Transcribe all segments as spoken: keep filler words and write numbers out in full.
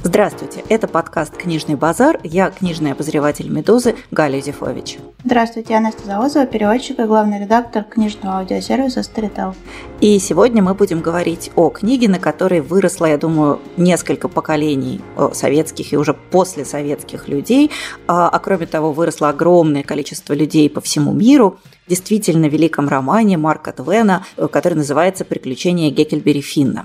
Здравствуйте, это подкаст «Книжный базар». Я книжный обозреватель «Медузы» Галя Юзефович. Здравствуйте, я Настя Завозова, переводчик и главный редактор книжного аудиосервиса Storytel. И сегодня мы будем говорить о книге, на которой выросло, я думаю, несколько поколений советских и уже послесоветских людей, а кроме того, выросло огромное количество людей по всему миру. Действительно великом романе Марка Твена, который называется «Приключения Гекльберри Финна».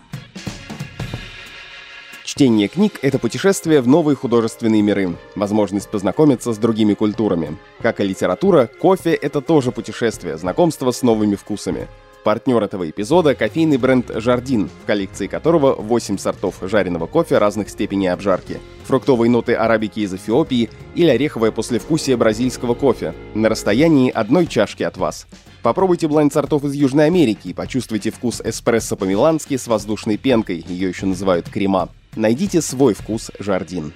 Чтение книг — это путешествие в новые художественные миры, возможность познакомиться с другими культурами. Как и литература, кофе — это тоже путешествие, знакомство с новыми вкусами. Партнер этого эпизода — кофейный бренд «Жардин», в коллекции которого восемь сортов жареного кофе разных степеней обжарки, фруктовые ноты арабики из Эфиопии или ореховое послевкусие бразильского кофе на расстоянии одной чашки от вас. Попробуйте блайнд сортов из Южной Америки и почувствуйте вкус эспрессо по-милански с воздушной пенкой, ее еще называют крема. Найдите свой вкус «Жардин».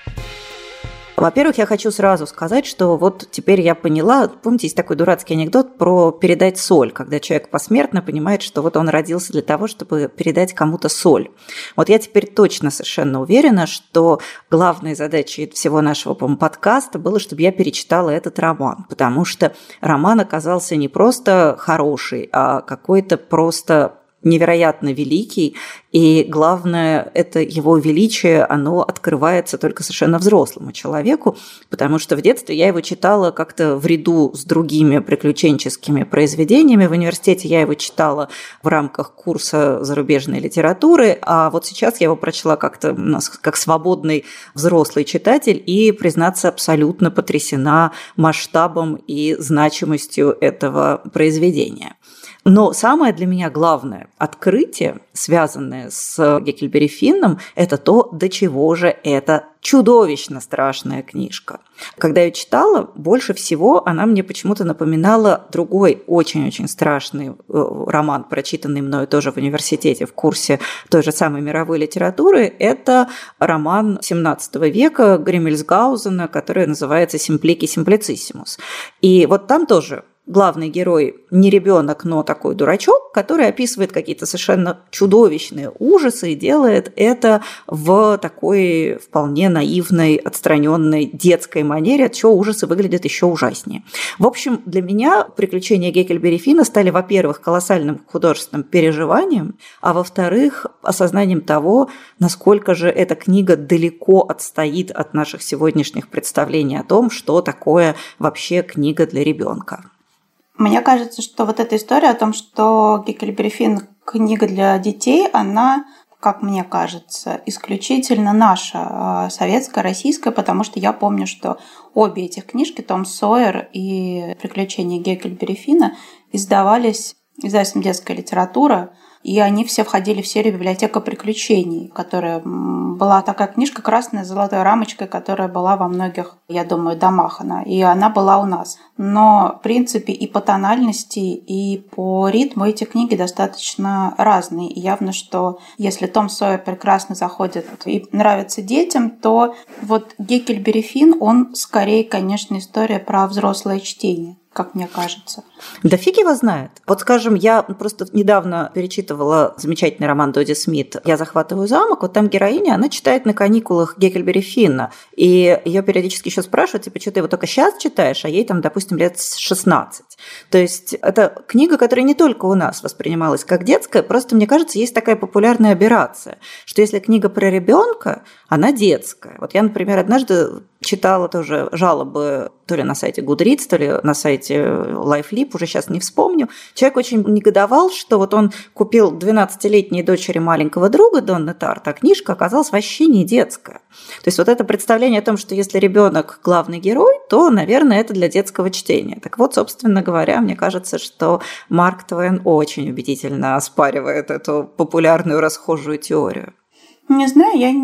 Во-первых, я хочу сразу сказать, что вот теперь я поняла, помните, есть такой дурацкий анекдот про передать соль, когда человек посмертно понимает, что вот он родился для того, чтобы передать кому-то соль. Вот я теперь точно совершенно уверена, что главной задачей всего нашего, по-моему, подкаста было, чтобы я перечитала этот роман, потому что роман оказался не просто хороший, а какой-то просто невероятно великий, и главное, это его величие, оно открывается только совершенно взрослому человеку, потому что в детстве я его читала как-то в ряду с другими приключенческими произведениями. В университете я его читала в рамках курса зарубежной литературы, а вот сейчас я его прочла как-то как свободный взрослый читатель и, признаться, абсолютно потрясена масштабом и значимостью этого произведения. Но самое для меня главное открытие, связанное с Гекльберри Финном, это то, до чего же это чудовищно страшная книжка. Когда я читала, больше всего она мне почему-то напоминала другой очень-очень страшный роман, прочитанный мною тоже в университете в курсе той же самой мировой литературы. Это роман семнадцатого века Гриммельсгаузена, который называется «Симплики симплициссимус». И вот там тоже главный герой не ребенок, но такой дурачок, который описывает какие-то совершенно чудовищные ужасы и делает это в такой вполне наивной, отстраненной детской манере, от чего ужасы выглядят еще ужаснее. В общем, для меня приключения Гекльберри Финна стали, во-первых, колоссальным художественным переживанием, а во-вторых, осознанием того, насколько же эта книга далеко отстоит от наших сегодняшних представлений о том, что такое вообще книга для ребенка. Мне кажется, что вот эта история о том, что Гекльберри Финн книга для детей, она, как мне кажется, исключительно наша, советская, российская, потому что я помню, что обе этих книжки, Том Сойер и Приключения Гекльберри Финна, издавались издательством «Детская литература», и они все входили в серию «Библиотека приключений», которая была такая книжка красная с золотой рамочкой, которая была во многих, я думаю, домах она, и она была у нас. Но, в принципе, и по тональности, и по ритму эти книги достаточно разные. И явно, что если Том Сойер прекрасно заходит и нравится детям, то вот Гекльберри Финн, он скорее, конечно, история про взрослое чтение, как мне кажется. Да фиг его знает. Вот, скажем, я просто недавно перечитывала замечательный роман Додди Смит «Я захватываю замок». Вот там героиня, она читает на каникулах Гекльберри Финна. И ее периодически еще спрашивают, типа, что ты его только сейчас читаешь, а ей там, допустим, лет шестнадцать. То есть это книга, которая не только у нас воспринималась как детская, просто, мне кажется, есть такая популярная аберрация, что если книга про ребенка, она детская. Вот я, например, однажды читала тоже жалобы то ли на сайте Goodreads, то ли на сайте LifeLip, уже сейчас не вспомню. Человек очень негодовал, что вот он купил двенадцатилетней дочери маленького друга Донны Тарт, а книжка оказалась вообще не детская. То есть вот это представление о том, что если ребенок главный герой, то, наверное, это для детского чтения. Так вот, собственно говоря, мне кажется, что Марк Твен очень убедительно оспаривает эту популярную расхожую теорию. Не знаю, я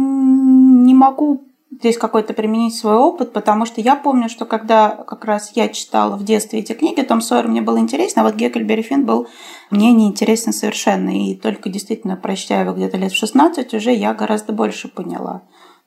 не могу здесь какой-то применить свой опыт, потому что я помню, что когда как раз я читала в детстве эти книги, Том Сойер мне было интересно, а вот Гекльберри Финн был мне неинтересен совершенно. И только действительно, прочитав его где-то лет в шестнадцать, уже я гораздо больше поняла.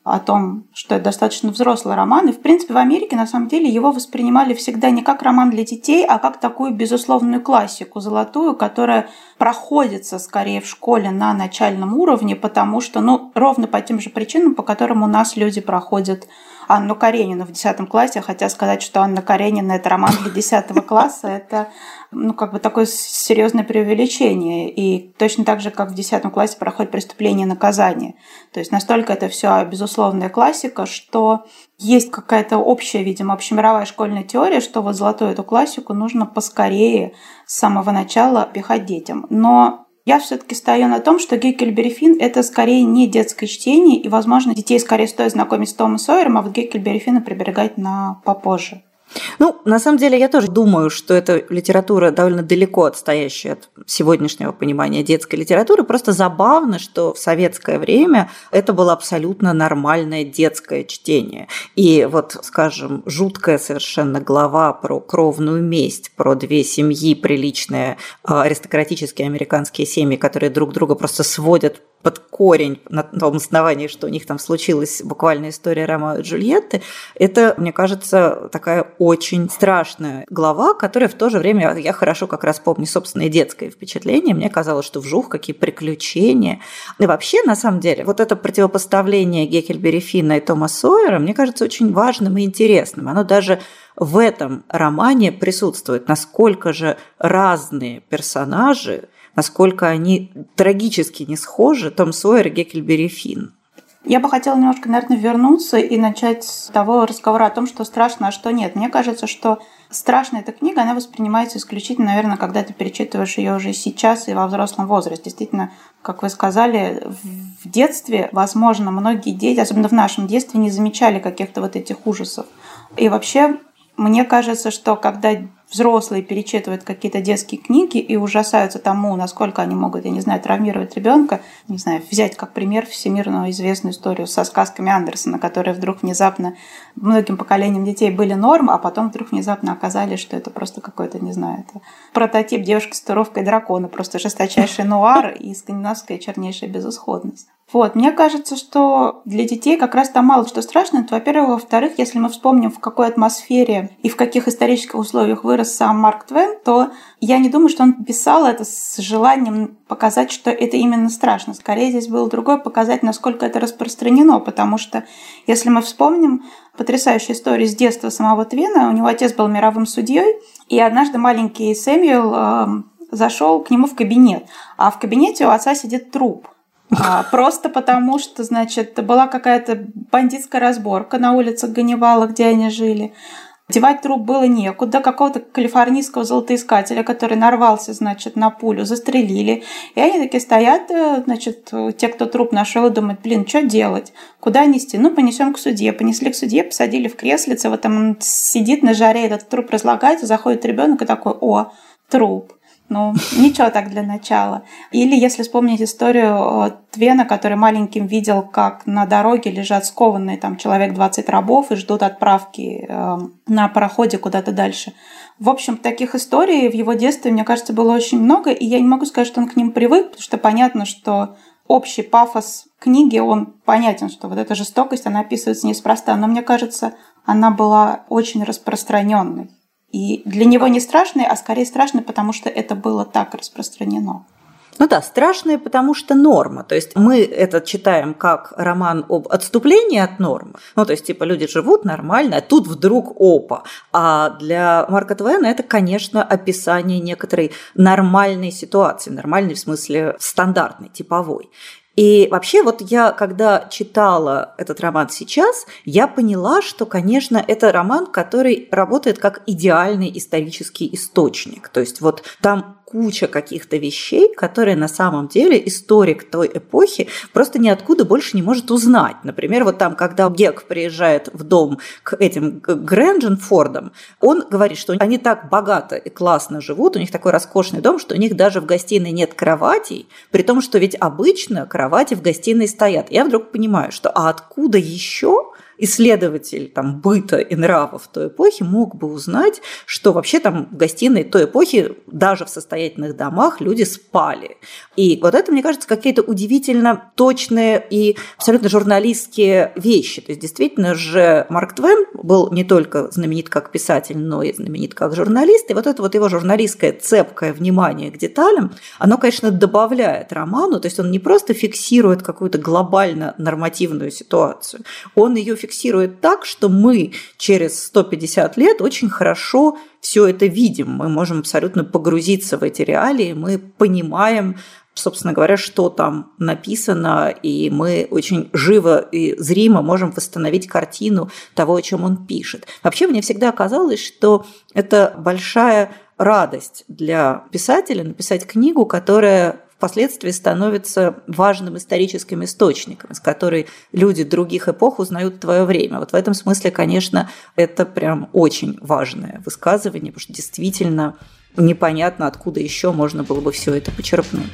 о том, что это достаточно взрослый роман. И, в принципе, в Америке, на самом деле, его воспринимали всегда не как роман для детей, а как такую безусловную классику золотую, которая проходится скорее в школе на начальном уровне, потому что, ну, ровно по тем же причинам, по которым у нас люди проходят Анну Каренину в десятом классе, хотя сказать, что Анна Каренина – это роман для десятого класса, это, ну, как бы такое серьезное преувеличение. И точно так же, как в десятом классе проходит «Преступление и наказание». То есть настолько это все безусловная классика, что есть какая-то общая, видимо, общемировая школьная теория, что вот золотую эту классику нужно поскорее с самого начала пихать детям. Но я все-таки стою на том, что «Геккельбери Финн» — это скорее не детское чтение, и, возможно, детей скорее стоит знакомить с Томом Сойером, а вот «Геккельбери Финна» приберегать на попозже. Ну, на самом деле, я тоже думаю, что эта литература довольно далеко отстоящая от сегодняшнего понимания детской литературы. Просто забавно, что в советское время это было абсолютно нормальное детское чтение. И вот, скажем, жуткая совершенно глава про кровную месть, про две семьи, приличные аристократические американские семьи, которые друг друга просто сводят под корень на том основании, что у них там случилась буквально история Ромео и Джульетты, это, мне кажется, такая очень страшная глава, которая в то же время, я хорошо как раз помню собственное детское впечатление, мне казалось, что вжух, какие приключения. И вообще, на самом деле, вот это противопоставление Геккельбери Финна и Тома Сойера, мне кажется, очень важным и интересным. Оно даже в этом романе присутствует, насколько же разные персонажи, насколько они трагически не схожи, Том Сойер и Геккельбери Финн. Я бы хотела немножко, наверное, вернуться и начать с того разговора о том, что страшно, а что нет. Мне кажется, что страшная эта книга, она воспринимается исключительно, наверное, когда ты перечитываешь ее уже сейчас и во взрослом возрасте. Действительно, как вы сказали, в детстве, возможно, многие дети, особенно в нашем детстве, не замечали каких-то вот этих ужасов. И вообще, мне кажется, что когда взрослые перечитывают какие-то детские книги и ужасаются тому, насколько они могут, я не знаю, травмировать ребенка, не знаю, взять как пример всемирно известную историю со сказками Андерсона, которые вдруг внезапно многим поколениям детей были норм, а потом вдруг внезапно оказались, что это просто какой-то, не знаю, это прототип девушки с татуировкой дракона, просто жесточайший нуар и скандинавская чернейшая безысходность. Вот, мне кажется, что для детей как раз там мало что страшно. Это, во-первых. Во-вторых, если мы вспомним, в какой атмосфере и в каких исторических условиях вырос сам Марк Твен, то я не думаю, что он писал это с желанием показать, что это именно страшно. Скорее, здесь было другое — показать, насколько это распространено. Потому что, если мы вспомним потрясающую историю с детства самого Твена, у него отец был мировым судьей, и однажды маленький Сэмюэл э, зашел к нему в кабинет, а в кабинете у отца сидит труп. А, просто потому, что, значит, была какая-то бандитская разборка на улицах Ганнибала, где они жили. Девать труп было некуда. Какого-то калифорнийского золотоискателя, который нарвался, значит, на пулю, застрелили. И они такие стоят, значит, те, кто труп нашел, думают: блин, что делать? Куда нести? Ну, понесем к судье. Понесли к судье, посадили в креслице, вот там он сидит на жаре, этот труп разлагается, заходит ребенок и такой: о, труп. Ну, ничего так для начала. Или если вспомнить историю Твена, который маленьким видел, как на дороге лежат скованные там человек двадцать рабов и ждут отправки э, на пароходе куда-то дальше. В общем, таких историй в его детстве, мне кажется, было очень много, и я не могу сказать, что он к ним привык, потому что понятно, что общий пафос книги, он понятен, что вот эта жестокость, она описывается неспроста, но мне кажется, она была очень распространенной. И для него не страшный, а скорее страшный, потому что это было так распространено. Ну да, страшное, потому что норма. То есть мы это читаем как роман об отступлении от нормы. Ну, то есть, типа, люди живут нормально, а тут вдруг опа. А для Марка Твена это, конечно, описание некоторой нормальной ситуации. Нормальной в смысле стандартной, типовой. И вообще вот я, когда читала этот роман сейчас, я поняла, что, конечно, это роман, который работает как идеальный исторический источник. То есть вот там куча каких-то вещей, которые на самом деле историк той эпохи просто ниоткуда больше не может узнать. Например, вот там, когда Гек приезжает в дом к этим Грэндженфордам, он говорит, что они так богато и классно живут, у них такой роскошный дом, что у них даже в гостиной нет кроватей, при том, что ведь обычно кровати в гостиной стоят. Я вдруг понимаю, что а откуда еще исследователь там, быта и нравов той эпохи мог бы узнать, что вообще там в гостиной той эпохи даже в состоятельных домах люди спали. И вот это, мне кажется, какие-то удивительно точные и абсолютно журналистские вещи. То есть действительно же Марк Твен был не только знаменит как писатель, но и знаменит как журналист. И вот это вот его журналистское цепкое внимание к деталям, оно, конечно, добавляет роману. То есть он не просто фиксирует какую-то глобально нормативную ситуацию, он ее фиксирует так, что мы через сто пятьдесят лет очень хорошо все это видим. Мы можем абсолютно погрузиться в эти реалии, мы понимаем, собственно говоря, что там написано, и мы очень живо и зримо можем восстановить картину того, о чем он пишет. Вообще, мне всегда казалось, что это большая радость для писателя написать книгу, которая впоследствии становится важным историческим источником, из которой люди других эпох узнают твое время. Вот в этом смысле, конечно, это прям очень важное высказывание, потому что действительно непонятно, откуда еще можно было бы все это почерпнуть.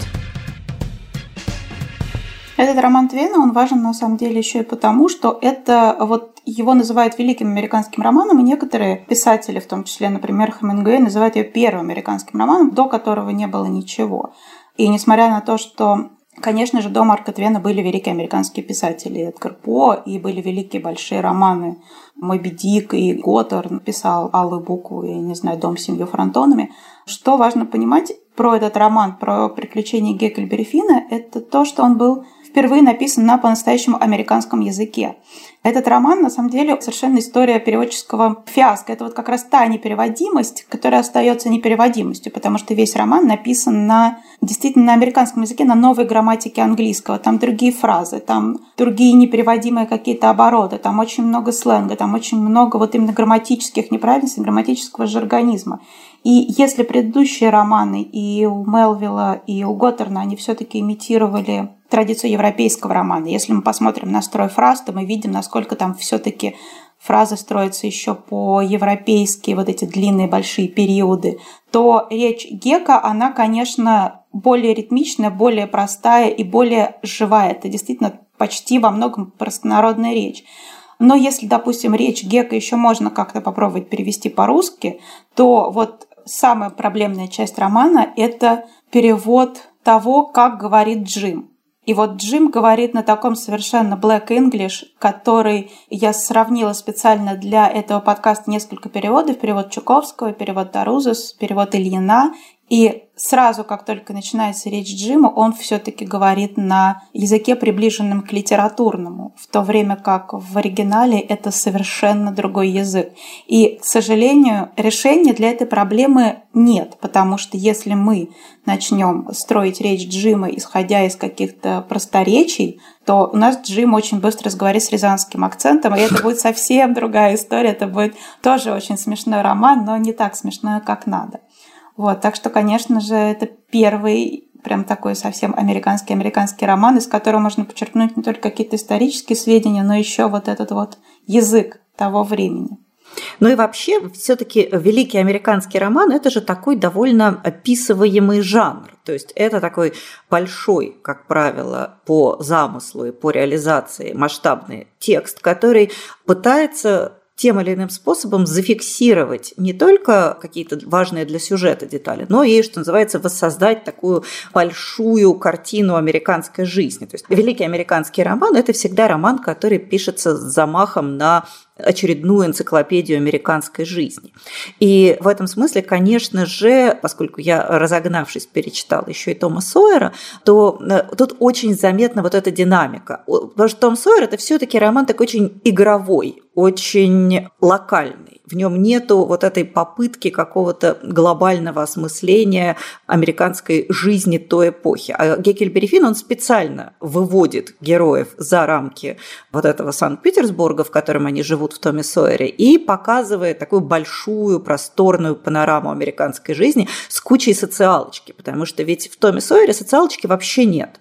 Этот роман Твена, он важен на самом деле еще и потому, что это вот его называют великим американским романом, и некоторые писатели, в том числе, например, Хемингуэй, называют ее первым американским романом, до которого не было ничего. И несмотря на то, что, конечно же, до Марка Твена были великие американские писатели, Эдгар По, и были великие большие романы «Моби Дик», и Готтер написал «Алую букву», я не знаю, «Дом с семью фронтонами». Что важно понимать про этот роман, про приключения Гекльберри Финна, это то, что он был впервые написан на по-настоящему американском языке. Этот роман, на самом деле, совершенно история переводческого фиаско. Это вот как раз та непереводимость, которая остается непереводимостью, потому что весь роман написан на, действительно на американском языке, на новой грамматике английского. Там другие фразы, там другие непереводимые какие-то обороты, там очень много сленга, там очень много вот именно грамматических неправильностей, грамматического жаргонизма. И если предыдущие романы и у Мелвилла, и у Готтерна, они все-таки имитировали традицию европейского романа. Если мы посмотрим на строй фраз, то мы видим, насколько там все-таки фразы строятся еще по-европейски, вот эти длинные большие периоды, то речь Гека, она, конечно, более ритмичная, более простая и более живая. Это действительно почти во многом простонародная речь. Но если, допустим, речь Гека еще можно как-то попробовать перевести по-русски, то вот самая проблемная часть романа – это перевод того, как говорит Джим. И вот Джим говорит на таком совершенно black English, который я сравнила специально для этого подкаста несколько переводов. Перевод Чуковского, перевод Тарузес, перевод Ильина. И сразу, как только начинается речь Джима, он все-таки говорит на языке, приближенном к литературному, в то время как в оригинале это совершенно другой язык. И, к сожалению, решения для этой проблемы нет, потому что если мы начнем строить речь Джима, исходя из каких-то просторечий, то у нас Джим очень быстро разговаривает с рязанским акцентом, и это будет совсем другая история, это будет тоже очень смешной роман, но не так смешной, как надо. Вот, так что, конечно же, это первый прям такой совсем американский-американский роман, из которого можно почерпнуть не только какие-то исторические сведения, но еще вот этот вот язык того времени. Ну и вообще, все-таки великий американский роман – это же такой довольно описываемый жанр. То есть это такой большой, как правило, по замыслу и по реализации масштабный текст, который пытается тем или иным способом зафиксировать не только какие-то важные для сюжета детали, но и, что называется, воссоздать такую большую картину американской жизни. То есть великий американский роман – это всегда роман, который пишется с замахом на очередную энциклопедию американской жизни. И в этом смысле, конечно же, поскольку я, разогнавшись, перечитала еще и Тома Сойера, то тут очень заметна вот эта динамика. Потому что Том Сойер – это все-таки роман такой очень игровой, очень локальный. В нем нету вот этой попытки какого-то глобального осмысления американской жизни той эпохи. А Гекльберри Финн, он специально выводит героев за рамки вот этого Санкт-Петербурга, в котором они живут в Томе Сойере, и показывает такую большую, просторную панораму американской жизни с кучей социалочки, потому что ведь в Томе Сойере социалочки вообще нет.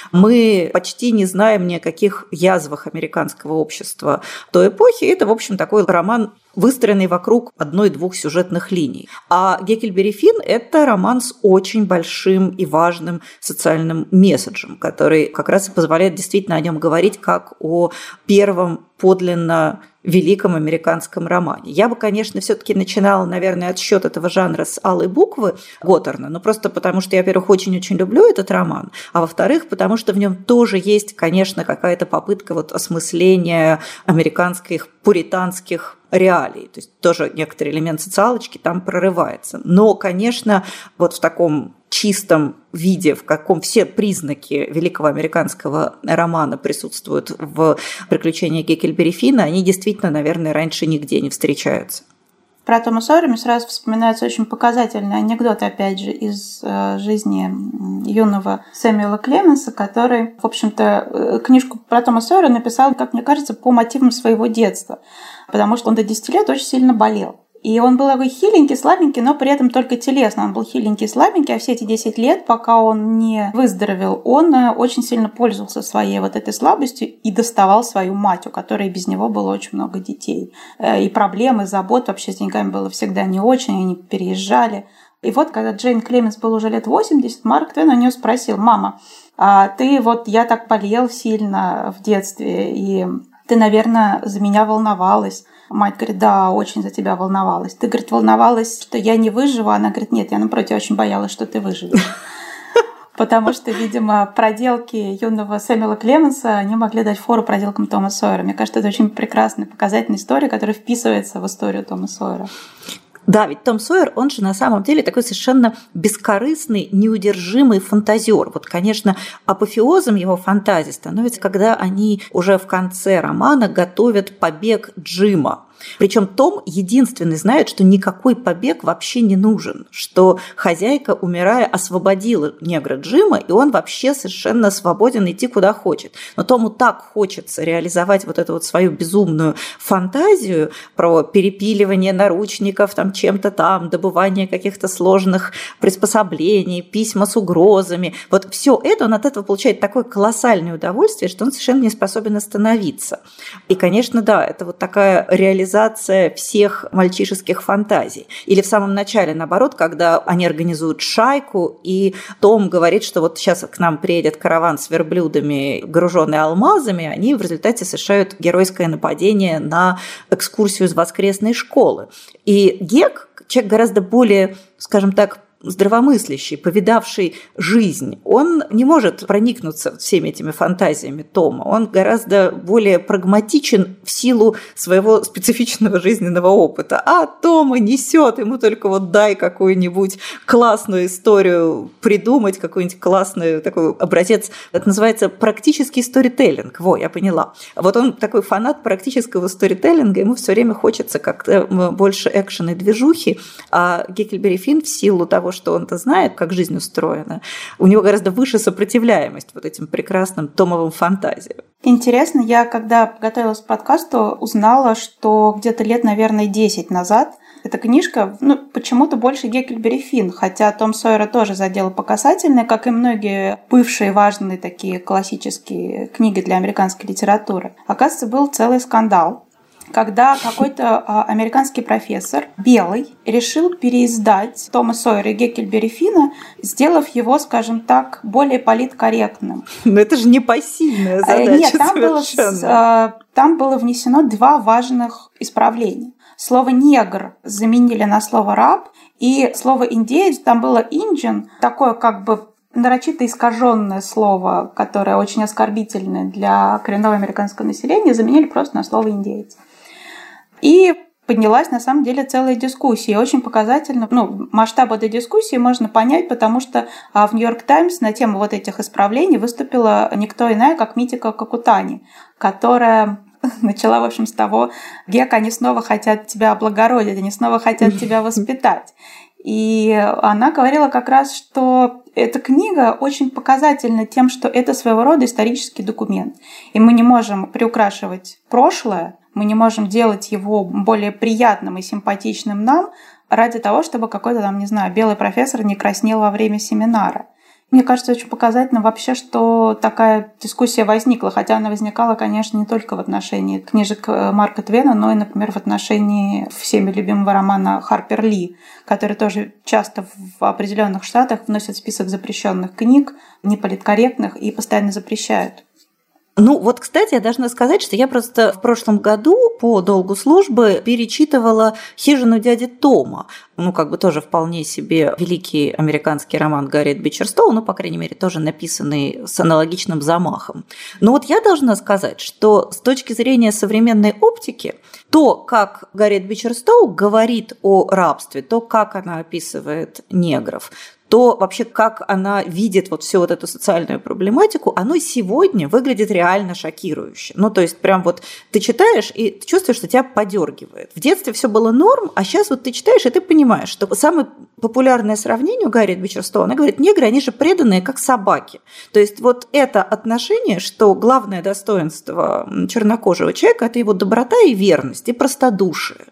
Мы почти не знаем ни о каких язвах американского общества той эпохи. Это, в общем, такой роман выстроенный вокруг одной-двух сюжетных линий. А «Геккельбери Финн» – это роман с очень большим и важным социальным месседжем, который как раз и позволяет действительно о нем говорить как о первом подлинно великом американском романе. Я бы, конечно, все-таки начинала, наверное, отсчет этого жанра с «Алой буквы» Готтерна, но просто потому, что я, во-первых, очень-очень люблю этот роман, а во-вторых, потому что в нем тоже есть, конечно, какая-то попытка вот осмысления американских пуританских реалий. То есть тоже некоторый элемент социалочки там прорывается. Но, конечно, вот в таком чистом виде, в каком все признаки великого американского романа присутствуют в «Приключениях Геккельбери Финна», они действительно, наверное, раньше нигде не встречаются. Про Тома Сойера мне сразу вспоминается очень показательный анекдот, опять же, из э, жизни юного Сэмюэла Клеменса, который, в общем-то, э, книжку про Тома Сойера написал, как мне кажется, по мотивам своего детства, потому что он до десяти лет очень сильно болел. И он был такой хиленький, слабенький, но при этом только телесно. Он был хиленький, слабенький, а все эти десять лет, пока он не выздоровел, он очень сильно пользовался своей вот этой слабостью и доставал свою мать, у которой без него было очень много детей. И проблемы, забот вообще с деньгами было всегда не очень, они переезжали. И вот, когда Джейн Клеменс был уже лет восемьдесят, Марк Твен у нее спросил: «Мама, а ты вот, я так болел сильно в детстве, и ты, наверное, за меня волновалась». Мать говорит: «Да, очень за тебя волновалась». «Ты, говорит, волновалась, что я не выживу?» Она говорит: «Нет, я, напротив, очень боялась, что ты выживешь». Потому что, видимо, проделки юного Сэмюэла Клеменса не могли дать фору проделкам Тома Сойера. Мне кажется, это очень прекрасная, показательная история, которая вписывается в историю Тома Сойера. Да, ведь Том Сойер, он же на самом деле такой совершенно бескорыстный, неудержимый фантазер. Вот, конечно, апофеозом его фантазии становится, когда они уже в конце романа готовят побег Джима. Причем Том единственный знает, что никакой побег вообще не нужен, что хозяйка, умирая, освободила негра Джима, и он вообще совершенно свободен идти куда хочет. Но Тому так хочется реализовать вот эту вот свою безумную фантазию про перепиливание наручников, там чем-то там, добывание каких-то сложных приспособлений, письма с угрозами. Вот все это, он от этого получает такое колоссальное удовольствие, что он совершенно не способен остановиться. И, конечно, да, это вот такая реализация всех мальчишеских фантазий. Или в самом начале, наоборот, когда они организуют шайку, и Том говорит, что вот сейчас к нам приедет караван с верблюдами, груженный алмазами, они в результате совершают геройское нападение на экскурсию из воскресной школы. И Гек, человек гораздо более, скажем так, здравомыслящий, повидавший жизнь, он не может проникнуться всеми этими фантазиями Тома. Он гораздо более прагматичен в силу своего специфичного жизненного опыта. А Тома несет, ему только вот дай какую-нибудь классную историю придумать, какой-нибудь классный такой образец. Это называется практический сторителлинг. Во, я поняла. Вот он такой фанат практического сторителлинга, ему все время хочется как-то больше экшена и движухи, а Геккельбери Финн в силу того, что он-то знает, как жизнь устроена, у него гораздо выше сопротивляемость вот этим прекрасным томовым фантазиям. Интересно, я когда готовилась к подкасту, узнала, что где-то лет, наверное, десять назад эта книжка, ну, почему-то больше Геккельбери Финн, хотя Том Сойера тоже задел по касательной, как и многие бывшие важные такие классические книги для американской литературы. Оказывается, был целый скандал, когда какой-то американский профессор, белый, решил переиздать Тома Сойера и Геккельбери Финна, сделав его, скажем так, более политкорректным. Но это же непосильная задача. Нет, там было, там было внесено два важных исправления. Слово «негр» заменили на слово «раб», и слово «индеец», там было «инджин», такое как бы нарочито искаженное слово, которое очень оскорбительное для коренного американского населения, заменили просто на слово «индеец». И поднялась, на самом деле, целая дискуссия. И очень показательно, ну, масштаб этой дискуссии можно понять, потому что в «Нью-Йорк Таймс» на тему вот этих исправлений выступила никто иная, как Митика Какутани, которая начала, в общем, с того: «Гек, они снова хотят тебя облагородить, они снова хотят тебя воспитать». И она говорила как раз, что эта книга очень показательна тем, что это своего рода исторический документ. И мы не можем приукрашивать прошлое, мы не можем делать его более приятным и симпатичным нам ради того, чтобы какой-то там, не знаю, белый профессор не краснел во время семинара. Мне кажется, очень показательно вообще, что такая дискуссия возникла, хотя она возникала, конечно, не только в отношении книжек Марка Твена, но и, например, в отношении всеми любимого романа Харпер Ли, который тоже часто в определенных штатах вносит в список запрещенных книг, неполиткорректных, и постоянно запрещают. Ну вот, кстати, я должна сказать, что я просто в прошлом году по долгу службы перечитывала «Хижину дяди Тома». Ну, как бы тоже вполне себе великий американский роман Гарриет Бичерстоу, ну, по крайней мере, тоже написанный с аналогичным замахом. Но вот я должна сказать, что с точки зрения современной оптики, то, как Гарриет Бичерстоу говорит о рабстве, то, как она описывает негров, то вообще как она видит вот всю вот эту социальную проблематику, оно сегодня выглядит реально шокирующе. Ну, то есть прям вот ты читаешь, и ты чувствуешь, что тебя подергивает. В детстве все было норм, а сейчас вот ты читаешь, и ты понимаешь, что самое популярное сравнение у Гарриет Бичерстоу, она говорит, негры, они же преданные, как собаки. То есть вот это отношение, что главное достоинство чернокожего человека – это его доброта и верность, и простодушие.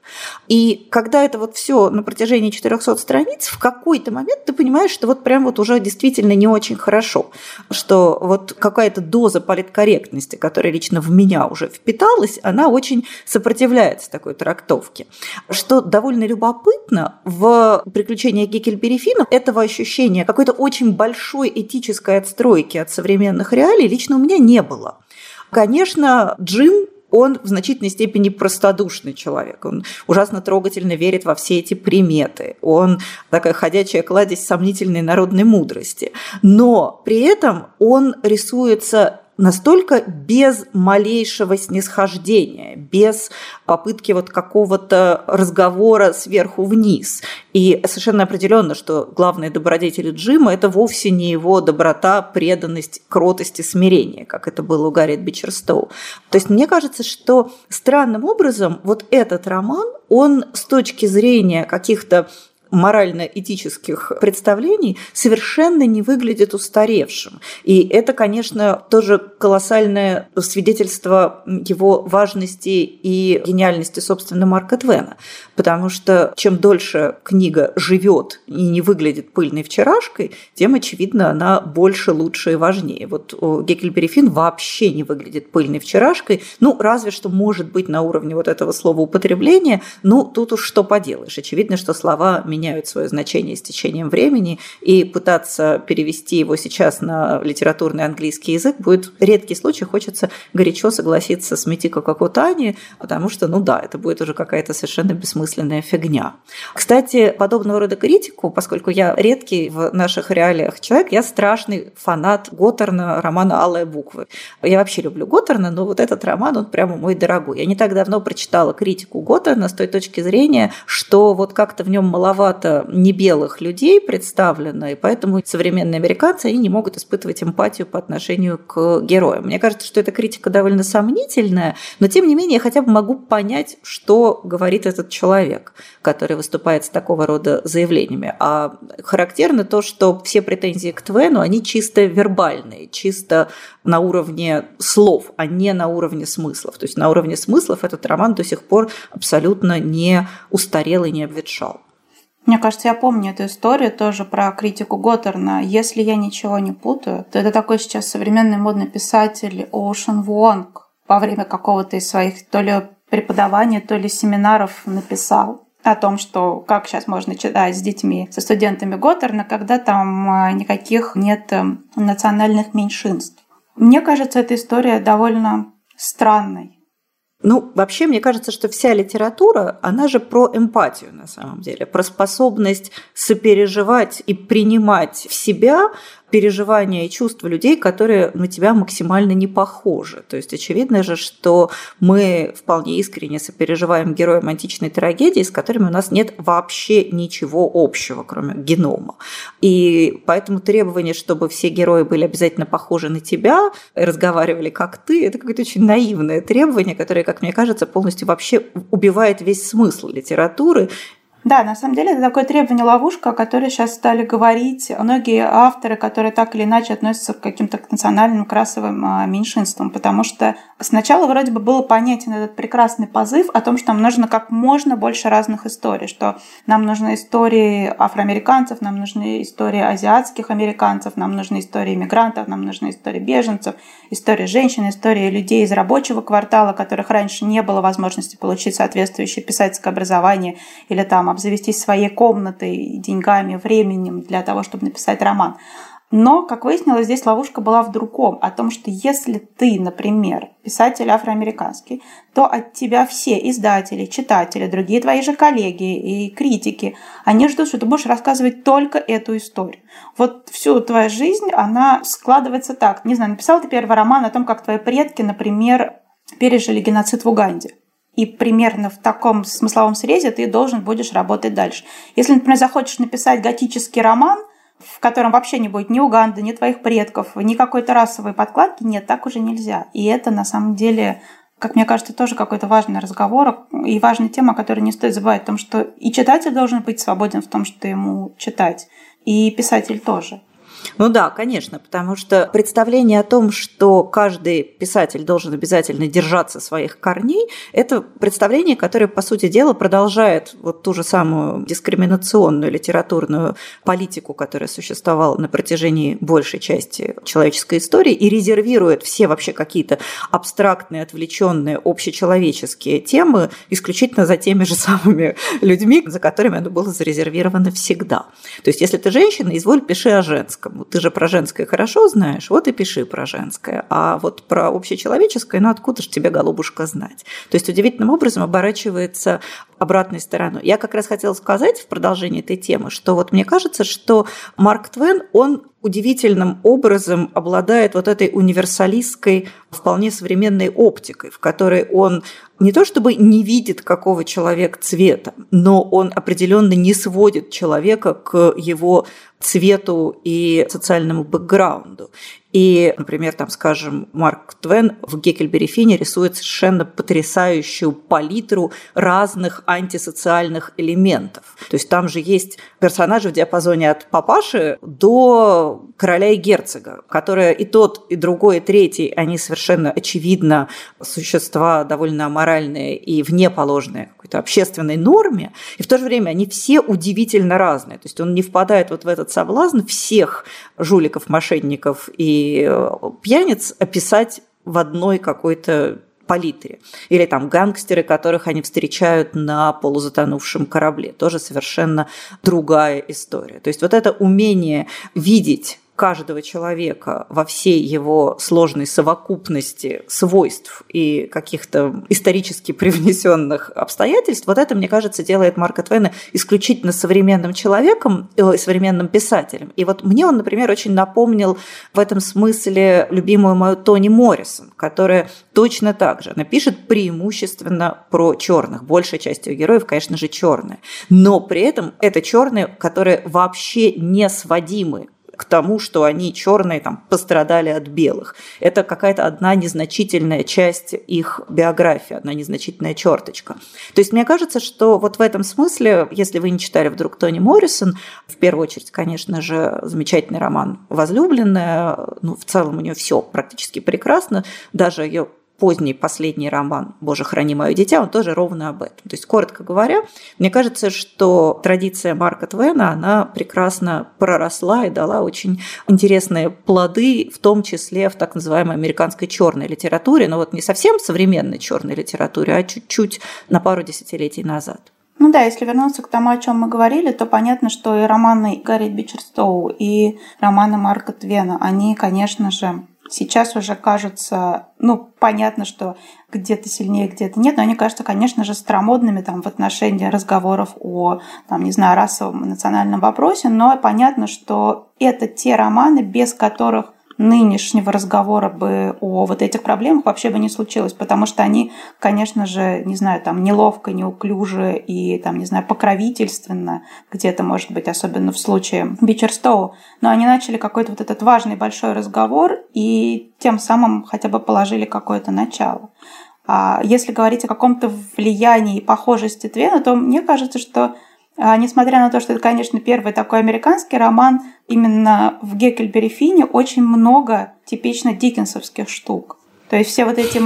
И когда это вот все на протяжении четырехсот страниц, в какой-то момент ты понимаешь, что вот прям вот уже действительно не очень хорошо, что вот какая-то доза политкорректности, которая лично в меня уже впиталась, она очень сопротивляется такой трактовке. Что довольно любопытно, в «Приключениях Гекльберри Финна» этого ощущения какой-то очень большой этической отстройки от современных реалий лично у меня не было. Конечно, Джим, он в значительной степени простодушный человек. Он ужасно трогательно верит во все эти приметы. Он такая ходячая кладезь сомнительной народной мудрости. Но при этом он рисуется настолько без малейшего снисхождения, без попытки вот какого-то разговора сверху вниз. И совершенно определенно, что главные добродетели Джима – это вовсе не его доброта, преданность, кротость и смирение, как это было у Гарриет Бичерстоу. То есть мне кажется, что странным образом вот этот роман, он с точки зрения каких-то морально-этических представлений совершенно не выглядит устаревшим. И это, конечно, тоже колоссальное свидетельство его важности и гениальности, собственно, Марка Твена. Потому что чем дольше книга живет и не выглядит пыльной вчерашкой, тем, очевидно, она больше, лучше и важнее. Вот Гекльберри Финн вообще не выглядит пыльной вчерашкой, ну, разве что может быть на уровне вот этого слова употребления, ну, тут уж что поделаешь. Очевидно, что слова меняют свое значение с течением времени, и пытаться перевести его сейчас на литературный английский язык будет редкий случай. Хочется горячо согласиться с Митико Какутани, потому что, ну да, это будет уже какая-то совершенно бессмысленная фигня. Кстати, подобного рода критику, поскольку я редкий в наших реалиях человек, я страшный фанат Готтерна, романа «Алые буквы». Я вообще люблю Готтерна, но вот этот роман, он прямо мой дорогой. Я не так давно прочитала критику Готтерна с той точки зрения, что вот как-то в нем маловато не белых людей представлено, и поэтому современные американцы они не могут испытывать эмпатию по отношению к героям. Мне кажется, что эта критика довольно сомнительная, но тем не менее я хотя бы могу понять, что говорит этот человек, который выступает с такого рода заявлениями. А характерно то, что все претензии к Твену, они чисто вербальные, чисто на уровне слов, а не на уровне смыслов. То есть на уровне смыслов этот роман до сих пор абсолютно не устарел и не обветшал. Мне кажется, я помню эту историю тоже про критику Готтерна. Если я ничего не путаю, то это такой сейчас современный модный писатель Оушен Вуонг во время какого-то из своих то ли преподаваний, то ли семинаров написал о том, что как сейчас можно читать с детьми, со студентами Готтерна, когда там никаких нет национальных меньшинств. Мне кажется, эта история довольно странной. Ну, вообще, мне кажется, что вся литература, она же про эмпатию на самом деле, про способность сопереживать и принимать в себя переживания и чувства людей, которые на тебя максимально не похожи. То есть очевидно же, что мы вполне искренне сопереживаем героям античной трагедии, с которыми у нас нет вообще ничего общего, кроме генома. И поэтому требование, чтобы все герои были обязательно похожи на тебя, разговаривали как ты, это какое-то очень наивное требование, которое, как мне кажется, полностью вообще убивает весь смысл литературы. Да, на самом деле это такое требование-ловушка, о которой сейчас стали говорить многие авторы, которые так или иначе относятся к каким-то национальным расовым меньшинствам, потому что сначала вроде бы было понятен этот прекрасный позыв о том, что нам нужно как можно больше разных историй, что нам нужны истории афроамериканцев, нам нужны истории азиатских американцев, нам нужны истории мигрантов, нам нужны истории беженцев, истории женщин, истории людей из рабочего квартала, которых раньше не было возможности получить соответствующее писательское образование или там обзавестись своей комнатой, деньгами, временем для того, чтобы написать роман. Но, как выяснилось, здесь ловушка была в другом, о том, что если ты, например, писатель афроамериканский, то от тебя все издатели, читатели, другие твои же коллеги и критики, они ждут, что ты будешь рассказывать только эту историю. Вот всю твою жизнь, она складывается так. Не знаю, написал ты первый роман о том, как твои предки, например, пережили геноцид в Уганде. И примерно в таком смысловом срезе ты должен будешь работать дальше. Если, например, захочешь написать готический роман, в котором вообще не будет ни Уганды, ни твоих предков, ни какой-то расовой подкладки, нет, так уже нельзя. И это, на самом деле, как мне кажется, тоже какой-то важный разговор и важная тема, о которой не стоит забывать, о том, что и читатель должен быть свободен в том, что ему читать, и писатель тоже. Ну да, конечно, потому что представление о том, что каждый писатель должен обязательно держаться своих корней, это представление, которое, по сути дела, продолжает вот ту же самую дискриминационную литературную политику, которая существовала на протяжении большей части человеческой истории, и резервирует все вообще какие-то абстрактные, отвлеченные, общечеловеческие темы исключительно за теми же самыми людьми, за которыми оно было зарезервировано всегда. То есть, если ты женщина, изволь, пиши о женском. ты же про женское хорошо знаешь, вот и пиши про женское. А вот про общечеловеческое, ну откуда же тебе, голубушка, знать? То есть удивительным образом оборачивается обратной стороной. Я как раз хотела сказать в продолжении этой темы, что вот мне кажется, что Марк Твен, он удивительным образом обладает вот этой универсалистской, вполне современной оптикой, в которой он не то чтобы не видит, какого человек цвета, но он определенно не сводит человека к его цвету и социальному бэкграунду. И, например, там, скажем, Марк Твен в «Геккельбери Фине» рисует совершенно потрясающую палитру разных антисоциальных элементов. То есть там же есть персонажи в диапазоне от папаши до короля и герцога, которые и тот, и другой, и третий, они совершенно очевидно существа довольно аморальные и внеположные какой-то общественной норме, и в то же время они все удивительно разные. То есть он не впадает вот в этот соблазн всех жуликов, мошенников и пьяниц описать в одной какой-то палитре. Или там гангстеры, которых они встречают на полузатонувшем корабле. Тоже совершенно другая история. То есть вот это умение видеть каждого человека во всей его сложной совокупности свойств и каких-то исторически привнесенных обстоятельств, вот это, мне кажется, делает Марка Твена исключительно современным человеком, э, современным писателем. И вот мне он, например, очень напомнил в этом смысле любимую мою Тони Моррисон, которая точно так же, она пишет преимущественно про черных. Большая часть ее героев, конечно же, черные. Но при этом это черные, которые вообще не сводимы к тому, что они черные там пострадали от белых. Это какая-то одна незначительная часть их биографии, одна незначительная черточка. То есть мне кажется, что вот в этом смысле, если вы не читали вдруг Тони Моррисон, в первую очередь, конечно же, замечательный роман «Возлюбленная», ну, в целом у нее все практически прекрасно, даже ее поздний последний роман «Боже, храни мое дитя», он тоже ровно об этом. То есть, коротко говоря, мне кажется, что традиция Марка Твена, она прекрасно проросла и дала очень интересные плоды, в том числе в так называемой американской черной литературе, но вот не совсем современной черной литературе, а чуть-чуть на пару десятилетий назад. Ну да, если вернуться к тому, о чем мы говорили, то понятно, что и романы Гарриет Бичерстоу, и романы Марка Твена, они, конечно же, сейчас уже кажутся, ну, понятно, что где-то сильнее, где-то нет, но они кажутся, конечно же, старомодными там, в отношении разговоров о, там, не знаю, расовом и национальном вопросе, но понятно, что это те романы, без которых нынешнего разговора бы о вот этих проблемах вообще бы не случилось, потому что они, конечно же, не знаю, там неловко, неуклюже и, там, не знаю, покровительственно где-то, может быть, особенно в случае Бичерстоу, но они начали какой-то вот этот важный большой разговор и тем самым хотя бы положили какое-то начало. А если говорить о каком-то влиянии и похожести Твена, то мне кажется, что А, несмотря на то, что это, конечно, первый такой американский роман, именно в «Гекльберри Финне» очень много типично диккенсовских штук. То есть все вот эти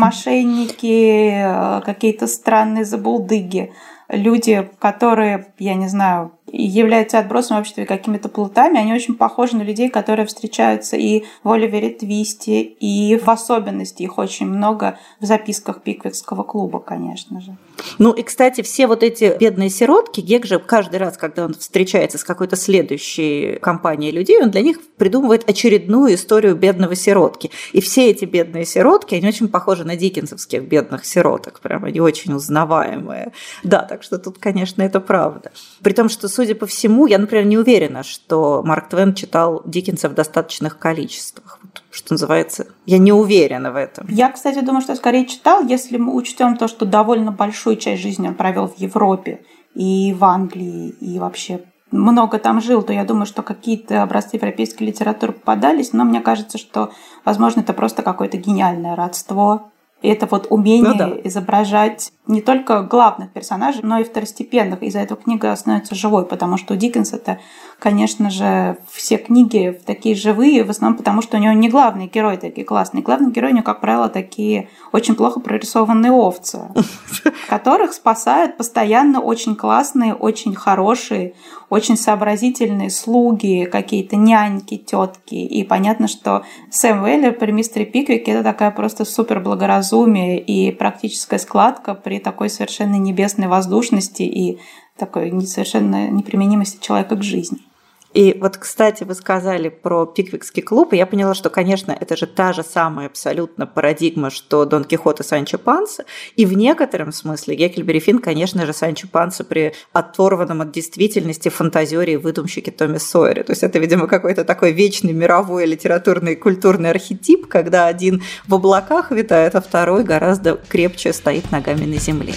мошенники, какие-то странные забулдыги, люди, которые, я не знаю, являются отбросом в обществе какими-то плутами, они очень похожи на людей, которые встречаются и в Оливере Твисте, и в особенности их очень много в записках Пиквикского клуба, конечно же. Ну и, кстати, все вот эти бедные сиротки, Гек же каждый раз, когда он встречается с какой-то следующей компанией людей, он для них придумывает очередную историю бедного сиротки. И все эти бедные сиротки, они очень похожи на диккенсовских бедных сироток, прям они очень узнаваемые. Да, так что тут, конечно, это правда. При том, что, судя по всему, я, например, не уверена, что Марк Твен читал Диккенса в достаточных количествах. Что называется, я не уверена в этом. Я, кстати, думаю, что скорее читал, если мы учтем то, что довольно большую часть жизни он провел в Европе и в Англии, и вообще много там жил, то я думаю, что какие-то образцы европейской литературы попадались, но мне кажется, что, возможно, это просто какое-то гениальное родство. И это вот умение ну, да. изображать не только главных персонажей, но и второстепенных. Из-за этого книга становится живой, потому что у Диккенса-то, конечно же, все книги такие живые, в основном потому, что у него не главный герой такие классные. Главный герой у него, как правило, такие очень плохо прорисованные овцы, которых спасают постоянно очень классные, очень хорошие, очень сообразительные слуги, какие-то няньки, тетки. И понятно, что Сэм Уэллер при мистере Пиквике это такая просто супер благоразумие и практическая складка при такой совершенно небесной воздушности и такой совершенно неприменимости человека к жизни. И вот, кстати, вы сказали про Пиквикский клуб, и я поняла, что, конечно, это же та же самая абсолютно парадигма, что Дон Кихот и Санчо Панса, и в некотором смысле Гекльберри Финн, конечно же, Санчо Панса при оторванном от действительности фантазёре и выдумщике Томе Сойере. То есть это, видимо, какой-то такой вечный мировой литературный и культурный архетип, когда один в облаках витает, а второй гораздо крепче стоит ногами на земле.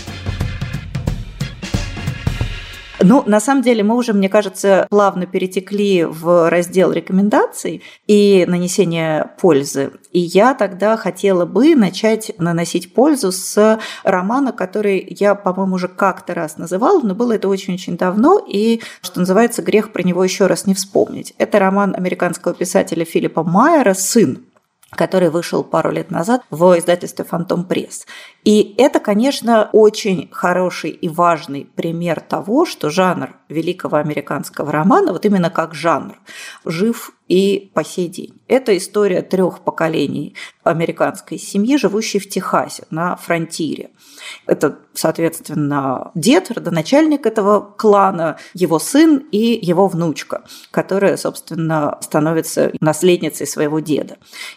Ну, на самом деле, мы уже, мне кажется, плавно перетекли в раздел рекомендаций и нанесения пользы. И я тогда хотела бы начать наносить пользу с романа, который я, по-моему, уже как-то раз называла, но было это очень-очень давно, и, что называется, грех про него еще раз не вспомнить. Это роман американского писателя Филиппа Майера «Сын», который вышел пару лет назад в издательстве «Фантом Пресс». И это, конечно, очень хороший и важный пример того, что жанр великого американского романа, вот именно как жанр, жив и по сей день. Это история трех поколений американской семьи, живущей в Техасе, на фронтире. Это, соответственно, дед, родоначальник этого клана, его сын и его внучка, которая, собственно, становится наследницей своего деда.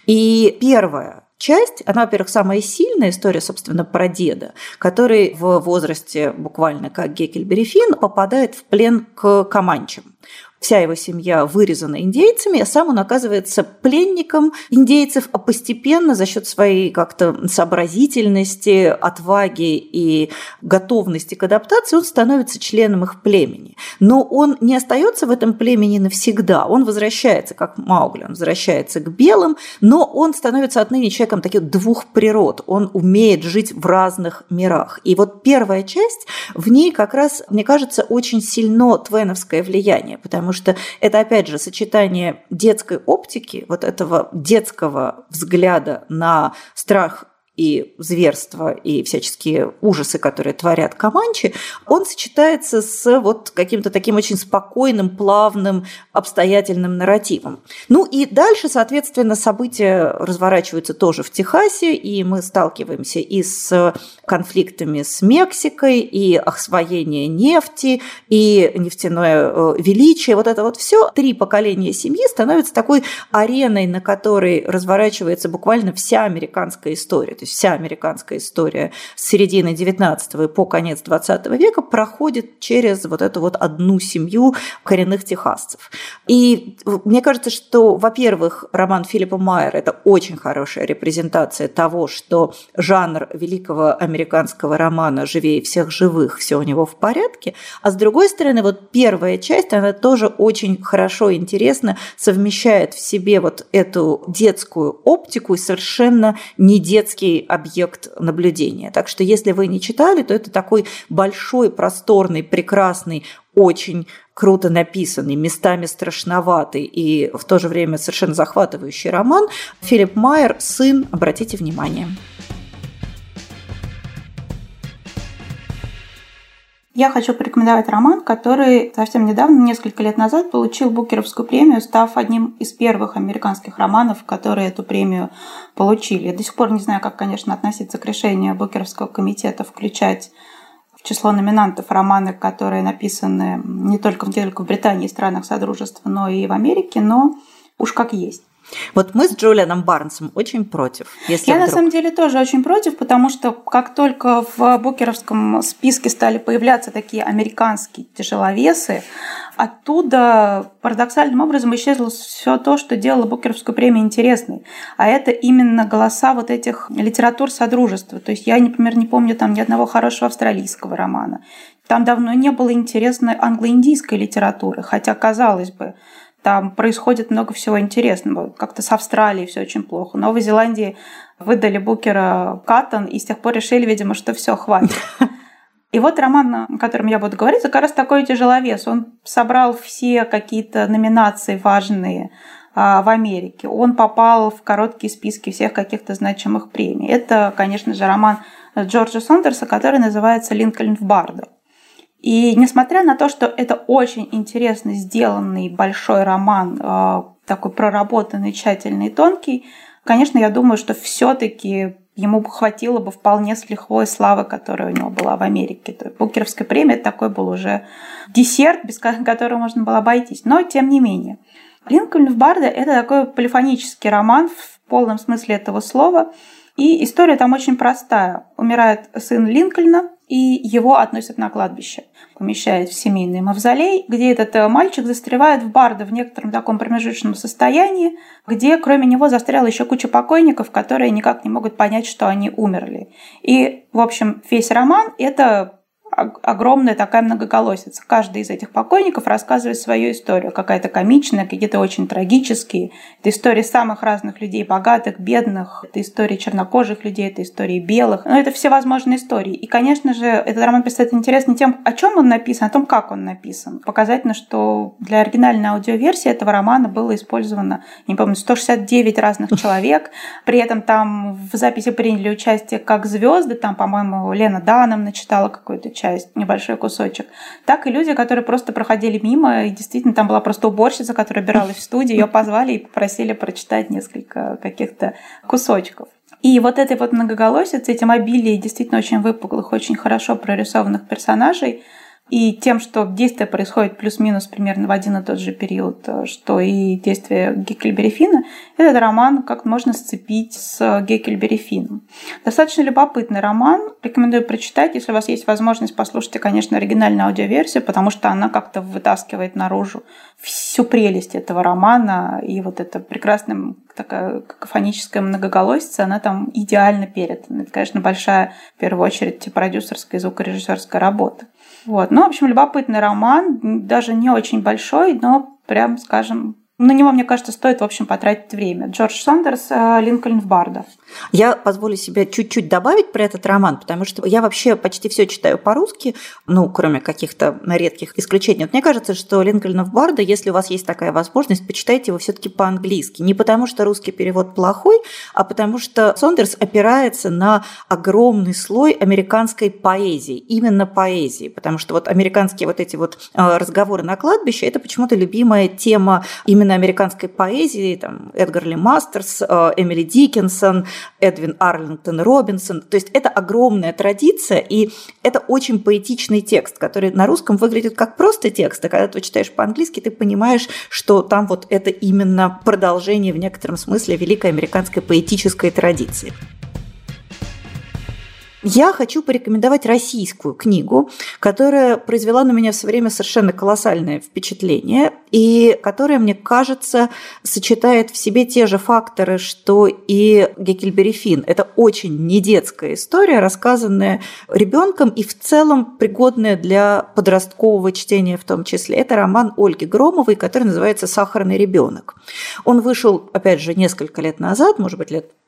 И первая часть, она, во-первых, самая сильная история, собственно, про деда, который в возрасте буквально как Гекльберри Финн попадает в плен к команчам. Вся его семья вырезана индейцами, а сам он оказывается пленником индейцев, а постепенно за счет своей как-то сообразительности, отваги и готовности к адаптации он становится членом их племени. Но он не остается в этом племени навсегда, он возвращается, как Маугли, он возвращается к белым, но он становится отныне человеком таких двух природ, он умеет жить в разных мирах. И вот первая часть, в ней как раз, мне кажется, очень сильно твеновское влияние, потому что это, опять же, сочетание детской оптики, вот этого детского взгляда на страх и зверства, и всяческие ужасы, которые творят команчи, он сочетается с вот каким-то таким очень спокойным, плавным, обстоятельным нарративом. Ну и дальше, соответственно, события разворачиваются тоже в Техасе, и мы сталкиваемся и с конфликтами с Мексикой, и освоение нефти, и нефтяное величие. Вот это вот все. Три поколения семьи становятся такой ареной, на которой разворачивается буквально вся американская история. То есть вся американская история с середины девятнадцатого и по конец двадцатого века проходит через вот эту вот одну семью коренных техасцев. И мне кажется, что, во-первых, роман Филиппа Майера – это очень хорошая репрезентация того, что жанр великого американского романа «Живее всех живых», все у него в порядке. А с другой стороны, вот первая часть, она тоже очень хорошо и интересно совмещает в себе вот эту детскую оптику и совершенно не детский объект наблюдения. Так что если вы не читали, то это такой большой, просторный, прекрасный, очень круто написанный, местами страшноватый и в то же время совершенно захватывающий роман Филипп Майер «Сын». Обратите внимание. Я хочу порекомендовать роман, который совсем недавно, несколько лет назад, получил Букеровскую премию, став одним из первых американских романов, которые эту премию получили. Я до сих пор не знаю, как, конечно, относиться к решению Букеровского комитета включать в число номинантов романы, которые написаны не только, не только в Британии и странах Содружества, но и в Америке, но уж как есть. Вот мы с Джулианом Барнсом очень против. Если Я вдруг... на самом деле тоже очень против, потому что как только в букеровском списке стали появляться такие американские тяжеловесы, оттуда парадоксальным образом исчезло все то, что делало Букеровскую премию интересной. А это именно голоса вот этих литератур Содружества. То есть я, например, не помню там ни одного хорошего австралийского романа. Там давно не было интересной англо-индийской литературы, хотя, казалось бы, там происходит много всего интересного. Как-то с Австралией все очень плохо. В Новой Зеландии выдали Букера Каттон, и с тех пор решили, видимо, что все, хватит. И вот роман, о котором я буду говорить, это как раз такой тяжеловес. Он собрал все какие-то номинации важные в Америке. Он попал в короткие списки всех каких-то значимых премий. Это, конечно же, роман Джорджа Сондерса, который называется «Линкольн в Бардо». И несмотря на то, что это очень интересно сделанный большой роман, такой проработанный, тщательный и тонкий, конечно, я думаю, что все-таки ему хватило бы вполне с лихвой славы, которая у него была в Америке. То есть Букеровская премия такой был уже десерт, без которого можно было обойтись. Но тем не менее. «Линкольн в Бардо» — это такой полифонический роман в полном смысле этого слова. И история там очень простая. Умирает сын Линкольна, и его относят на кладбище. Помещают в семейный мавзолей, где этот мальчик застревает в Бардо в некотором таком промежуточном состоянии, где кроме него застряла еще куча покойников, которые никак не могут понять, что они умерли. И, в общем, весь роман – это огромная такая многоголосица. Каждый из этих покойников рассказывает свою историю. Какая-то комичная, какие-то очень трагические. Это истории самых разных людей, богатых, бедных. Это истории чернокожих людей, это истории белых. Но это все возможные истории. И, конечно же, этот роман представляет интерес не тем, о чем он написан, а о том, как он написан. Показательно, что для оригинальной аудиоверсии этого романа было использовано, не помню, сто шестьдесят девять разных человек. При этом там в записи приняли участие как звезды. Там, по-моему, Лена Данем начитала какую-то часть, небольшой кусочек, так и люди, которые просто проходили мимо, и действительно там была просто уборщица, которая убиралась в студии, ее позвали и попросили прочитать несколько каких-то кусочков. И вот этой вот многоголосицы, этим обилием действительно очень выпуклых, очень хорошо прорисованных персонажей, и тем, что действие происходит плюс-минус примерно в один и тот же период, что и действие Гекльберри Финна, этот роман как можно сцепить с Гекльберри Финном. Достаточно любопытный роман, рекомендую прочитать. Если у вас есть возможность, послушайте, конечно, оригинальную аудиоверсию, потому что она как-то вытаскивает наружу всю прелесть этого романа, и вот эта прекрасная такая какофоническая многоголосица, она там идеально передана. Это, конечно, большая, в первую очередь, продюсерская и звукорежиссерская работа. Вот. Ну, в общем, любопытный роман, даже не очень большой, но прям, скажем, на него, мне кажется, стоит, в общем, потратить время. Джордж Сондерс «Линкольн в Бардо». Я позволю себе чуть-чуть добавить про этот роман, потому что я вообще почти все читаю по-русски, ну, кроме каких-то редких исключений. Вот мне кажется, что «Линкольн в Бардо», если у вас есть такая возможность, почитайте его все-таки по-английски. Не потому, что русский перевод плохой, а потому что Сондерс опирается на огромный слой американской поэзии, именно поэзии, потому что вот американские вот эти вот разговоры на кладбище – это почему-то любимая тема именно американской поэзии, там, Эдгар Ли Мастерс, Эмили Диккенсон, Эдвин Арлингтон Робинсон. То есть это огромная традиция, и это очень поэтичный текст, который на русском выглядит как просто текст, а когда ты читаешь по-английски, ты понимаешь, что там вот это именно продолжение в некотором смысле великой американской поэтической традиции. Я хочу порекомендовать российскую книгу, которая произвела на меня в свое время совершенно колоссальное впечатление и которая, мне кажется, сочетает в себе те же факторы, что и Гекльберри Финн. Это очень недетская история, рассказанная ребенком и в целом пригодная для подросткового чтения в том числе. Это роман Ольги Громовой, который называется «Сахарный ребенок». Он вышел, опять же, несколько лет назад, может быть, лет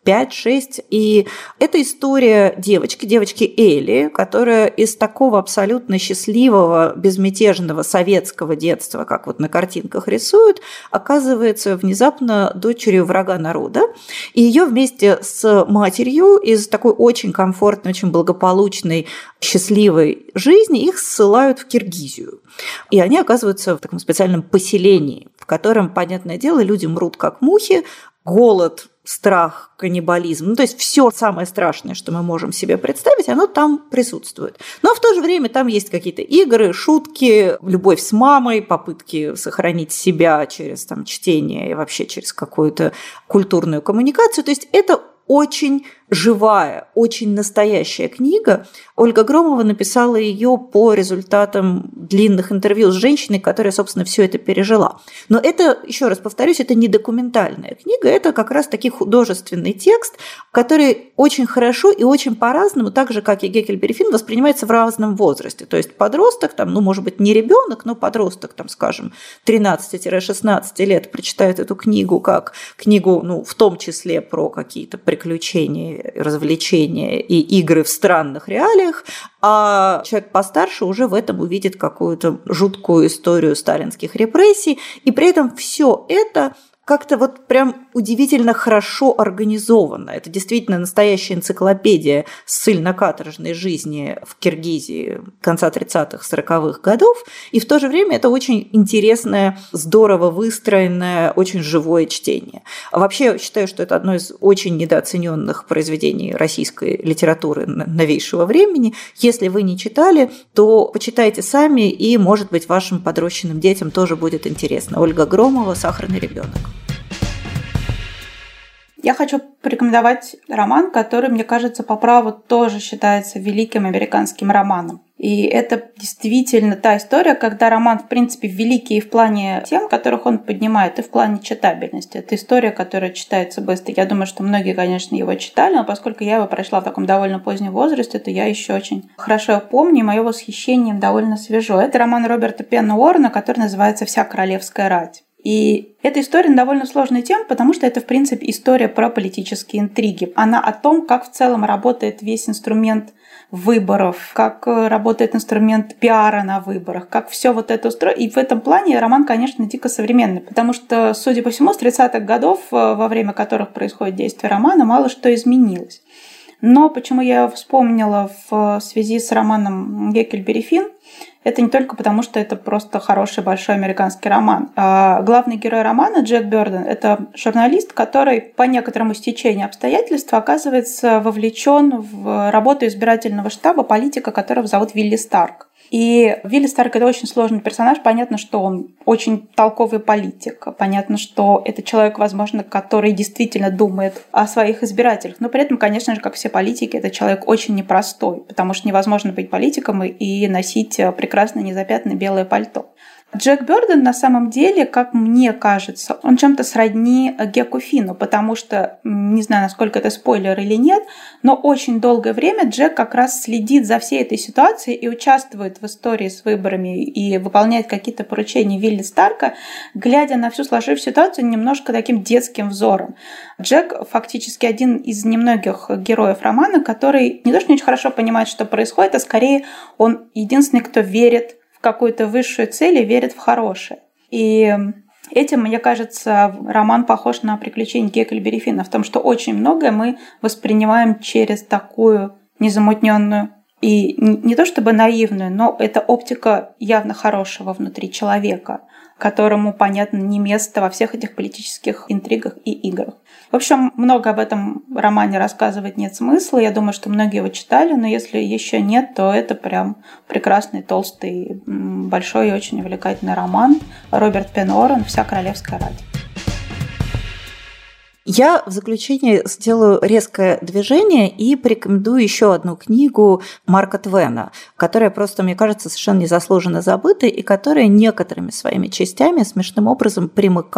пять-шесть. И это история девочки, девочки Элли, которая из такого абсолютно счастливого, безмятежного советского детства, как вот на картинках рисуют, оказывается внезапно дочерью врага народа. И ее вместе с матерью из такой очень комфортной, очень благополучной, счастливой жизни их ссылают в Киргизию. И они оказываются в таком специальном поселении, в котором, понятное дело, люди мрут как мухи, голод, страх, каннибализм, ну, то есть все самое страшное, что мы можем себе представить, оно там присутствует. Но в то же время там есть какие-то игры, шутки, любовь с мамой, попытки сохранить себя через там, чтение и вообще через какую-то культурную коммуникацию. То есть это очень живая, очень настоящая книга. Ольга Громова написала ее по результатам длинных интервью с женщиной, которая, собственно, все это пережила. Но это, еще раз повторюсь, это не документальная книга, это как раз таки художественный текст, который очень хорошо и очень по-разному, так же, как и Геккельбери Финн, воспринимается в разном возрасте. То есть подросток, там, ну, может быть, не ребенок, но подросток, там, скажем, тринадцать-шестнадцать лет прочитает эту книгу как книгу, ну, в том числе про какие-то приключения, развлечения и игры в странных реалиях, а человек постарше уже в этом увидит какую-то жуткую историю сталинских репрессий, и при этом все это как-то вот прям удивительно хорошо организовано. Это действительно настоящая энциклопедия ссыльно-каторжной жизни в Киргизии конца тридцатых, сороковых годов. И в то же время это очень интересное, здорово выстроенное, очень живое чтение. А вообще, я считаю, что это одно из очень недооцененных произведений российской литературы новейшего времени. Если вы не читали, то почитайте сами, и, может быть, вашим подрощенным детям тоже будет интересно. Ольга Громова «Сахарный ребенок». Я хочу порекомендовать роман, который, мне кажется, по праву тоже считается великим американским романом. И это действительно та история, когда роман, в принципе, великий и в плане тем, которых он поднимает, и в плане читабельности. Это история, которая читается быстро. Я думаю, что многие, конечно, его читали, но поскольку я его прочла в таком довольно позднем возрасте, то я еще очень хорошо его помню, и мое восхищение им довольно свежо. Это роман Роберта Пена Уоррена, который называется «Вся королевская рать». И эта история довольно сложная тем, потому что это, в принципе, история про политические интриги. Она о том, как в целом работает весь инструмент выборов, как работает инструмент пиара на выборах, как все вот это устроено. И в этом плане роман, конечно, дико современный, потому что, судя по всему, с тридцатых годов, во время которых происходит действие романа, мало что изменилось. Но почему я его вспомнила в связи с романом Геккельбери Финн, это не только потому, что это просто хороший большой американский роман. А главный герой романа Джек Бёрден – это журналист, который по некоторому стечению обстоятельств оказывается вовлечен в работу избирательного штаба политика, которого зовут Вилли Старк. И Вилли Старк – это очень сложный персонаж. Понятно, что он очень толковый политик. Понятно, что это человек, возможно, который действительно думает о своих избирателях. Но при этом, конечно же, как все политики, это человек очень непростой, потому что невозможно быть политиком и носить прекрасное незапятнанное белое пальто. Джек Бёрден на самом деле, как мне кажется, он чем-то сродни Геку Финну, потому что, не знаю, насколько это спойлер или нет, но очень долгое время Джек как раз следит за всей этой ситуацией и участвует в истории с выборами и выполняет какие-то поручения Вилли Старка, глядя на всю сложившуюся ситуацию немножко таким детским взором. Джек фактически один из немногих героев романа, который не то что не очень хорошо понимает, что происходит, а скорее он единственный, кто верит в какую-то высшую цель и верит в хорошее. И этим, мне кажется, роман похож на «Приключения Геккельбери Финна» в том, что очень многое мы воспринимаем через такую незамутненную и не то чтобы наивную, но это оптика явно хорошего внутри человека, которому, понятно, не место во всех этих политических интригах и играх. В общем, много об этом романе рассказывать нет смысла. Я думаю, что многие его читали, но если еще нет, то это прям прекрасный, толстый, большой и очень увлекательный роман. Роберт Пен Уоррен «Вся королевская рать». Я в заключение сделаю резкое движение и порекомендую еще одну книгу Марка Твена, которая просто, мне кажется, совершенно незаслуженно забыта и которая некоторыми своими частями смешным образом примыкает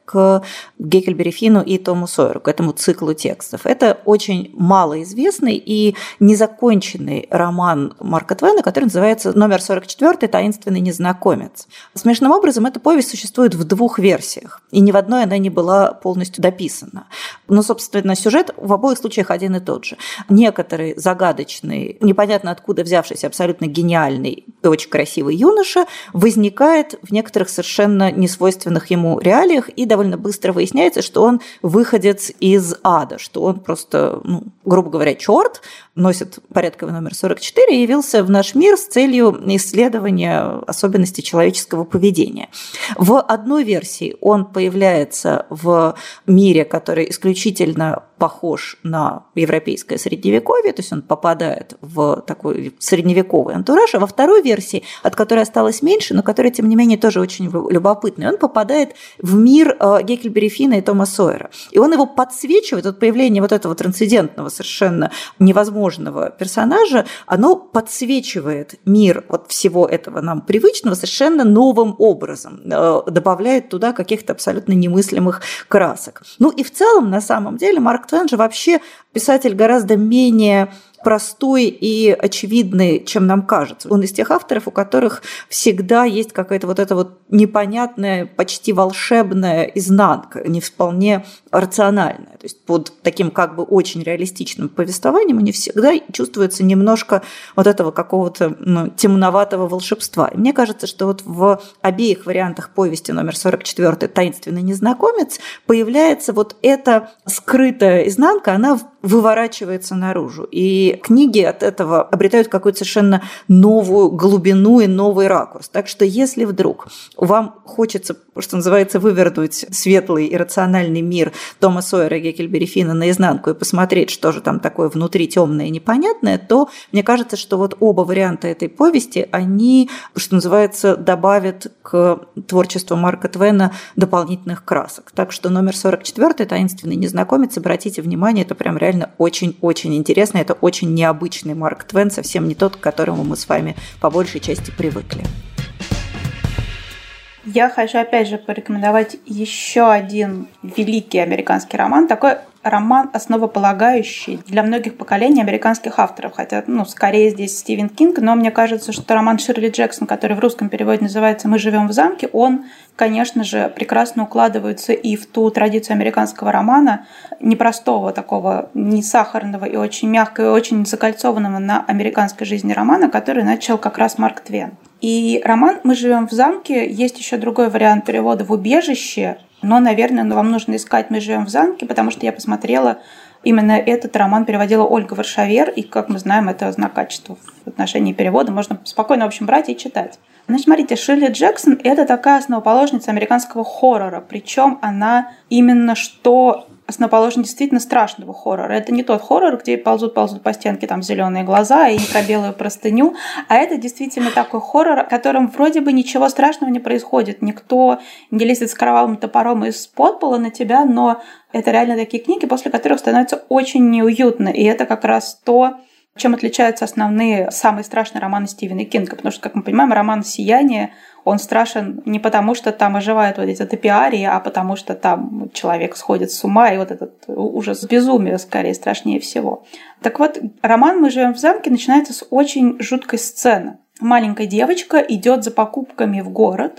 к Геккельбери Финну и Тому Сойеру, к этому циклу текстов. Это очень малоизвестный и незаконченный роман Марка Твена, который называется «Номер сорок четыре. Таинственный незнакомец». Смешным образом, эта повесть существует в двух версиях, и ни в одной она не была полностью дописана. Но, собственно, сюжет в обоих случаях один и тот же. Некоторый загадочный, непонятно откуда взявшийся, абсолютно гениальный и очень красивый юноша возникает в некоторых совершенно несвойственных ему реалиях, и довольно быстро выясняется, что он выходец из ада, что он просто, ну, грубо говоря, черт, носит порядковый номер сорок четыре и явился в наш мир с целью исследования особенностей человеческого поведения. В одной версии он появляется в мире, который исключительно похож на европейское средневековье, то есть он попадает в такой средневековый антураж, а во второй версии, от которой осталось меньше, но которая, тем не менее, тоже очень любопытная, он попадает в мир Геккельбери Финна и Тома Сойера. И он его подсвечивает, от появления вот этого трансцендентного, совершенно невозможного персонажа, оно подсвечивает мир вот всего этого нам привычного совершенно новым образом, добавляет туда каких-то абсолютно немыслимых красок. Ну и в целом, на самом деле, Марк Твен же вообще писатель гораздо менее простой и очевидный, чем нам кажется. Он из тех авторов, у которых всегда есть какая-то вот эта вот непонятная, почти волшебная изнанка, не вполне рациональная. То есть под таким как бы очень реалистичным повествованием у них всегда чувствуется немножко вот этого какого-то, ну, темноватого волшебства. И мне кажется, что вот в обеих вариантах повести номер сорок четыре «Таинственный незнакомец» появляется вот эта скрытая изнанка, она выворачивается наружу. И книги от этого обретают какую-то совершенно новую глубину и новый ракурс. Так что если вдруг вам хочется, что называется, вывернуть светлый и рациональный мир Тома Сойера и Геккельбери Финна наизнанку и посмотреть, что же там такое внутри темное и непонятное, то мне кажется, что вот оба варианта этой повести, они, что называется, добавят к творчеству Марка Твена дополнительных красок. Так что номер сорок четыре «Таинственный незнакомец», обратите внимание, это прям реально очень-очень интересно, это очень необычный Марк Твен, совсем не тот, к которому мы с вами по большей части привыкли. Я хочу опять же порекомендовать еще один великий американский роман, такой роман, основополагающий для многих поколений американских авторов, хотя, ну, скорее здесь Стивен Кинг, но мне кажется, что роман Ширли Джексон, который в русском переводе называется «Мы живем в замке», он, конечно же, прекрасно укладывается и в ту традицию американского романа, непростого такого, не сахарного и очень мягкого, и очень закольцованного на американской жизни романа, который начал как раз Марк Твен. И роман «Мы живем в замке», есть еще другой вариант перевода «В убежище», но, наверное, вам нужно искать «Мы живем в замке», потому что я посмотрела, именно этот роман переводила Ольга Варшавер, и, как мы знаем, это знак качества в отношении перевода, можно спокойно, в общем, брать и читать. Значит, смотрите, Ширли Джексон – это такая основоположница американского хоррора, причем она именно что основоположница действительно страшного хоррора. Это не тот хоррор, где ползут-ползут по стенке там зеленые глаза и про белую простыню, а это действительно такой хоррор, в котором вроде бы ничего страшного не происходит. Никто не лезет с кровавым топором из-под пола на тебя, но это реально такие книги, после которых становится очень неуютно. И это как раз то, чем отличаются основные, самые страшные романы Стивена Кинга. Потому что, как мы понимаем, роман «Сияние», он страшен не потому, что там оживают вот эти топиарии, а потому что там человек сходит с ума, и вот этот ужас безумия скорее страшнее всего. Так вот, роман «Мы живем в замке» начинается с очень жуткой сцены. Маленькая девочка идет за покупками в город,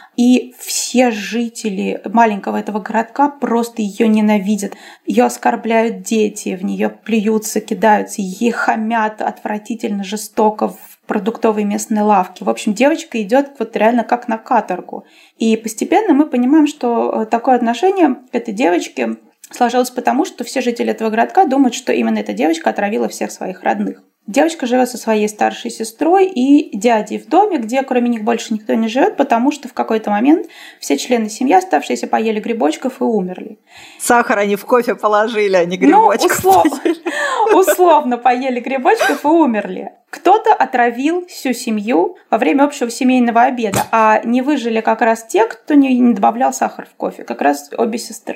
и все жители маленького этого городка просто ее ненавидят. Ее оскорбляют дети, в нее плюются, кидаются, ей хамят отвратительно, жестоко в продуктовой местной лавке. В общем, девочка идет вот реально как на каторгу. И постепенно мы понимаем, что такое отношение к этой девочке сложилось потому, что все жители этого городка думают, что именно эта девочка отравила всех своих родных. Девочка живет со своей старшей сестрой и дядей в доме, где кроме них больше никто не живет, потому что в какой-то момент все члены семьи, оставшиеся, поели грибочков и умерли. Сахар они в кофе положили, а не грибочков. Ну, услов... условно поели грибочков и умерли. Кто-то отравил всю семью во время общего семейного обеда, а не выжили как раз те, кто не добавлял сахар в кофе, как раз обе сестры.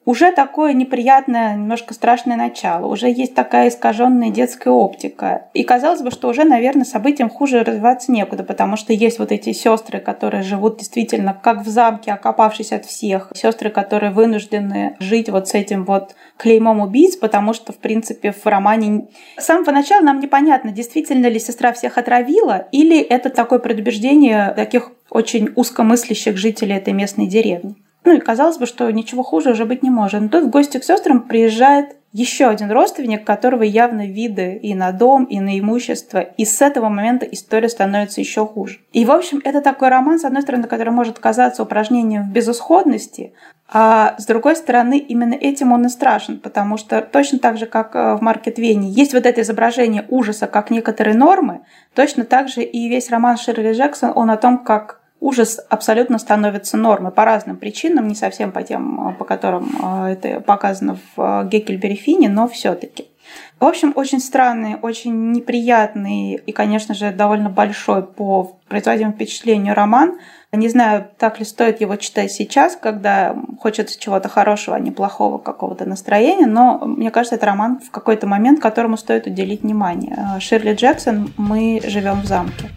уже такое неприятное, немножко страшное начало, уже есть такая искаженная детская оптика. И казалось бы, что уже, наверное, событиям хуже развиваться некуда, потому что есть вот эти сестры, которые живут действительно как в замке, окопавшись от всех. Сестры, которые вынуждены жить вот с этим вот клеймом убийц, потому что, в принципе, в романе с самого начала нам непонятно, действительно ли сестра всех отравила, или это такое предубеждение таких очень узкомыслящих жителей этой местной деревни. Ну и казалось бы, что ничего хуже уже быть не может. Но тут в гости к сестрам приезжает еще один родственник, которого явно виды и на дом, и на имущество. И с этого момента история становится еще хуже. И, в общем, это такой роман, с одной стороны, который может казаться упражнением в безысходности, а с другой стороны, именно этим он и страшен, потому что точно так же, как в Марке Твене, есть вот это изображение ужаса как некоторые нормы, точно так же и весь роман Ширли Джексон, он о том, как ужас абсолютно становится нормой по разным причинам, не совсем по тем, по которым это показано в Геккельбери Финне, но все-таки. В общем, очень странный, очень неприятный и, конечно же, довольно большой по производимому впечатлению роман. Не знаю, так ли стоит его читать сейчас, когда хочется чего-то хорошего, а не плохого какого-то настроения, но мне кажется, это роман в какой-то момент, которому стоит уделить внимание. Ширли Джексон «Мы живем в замке».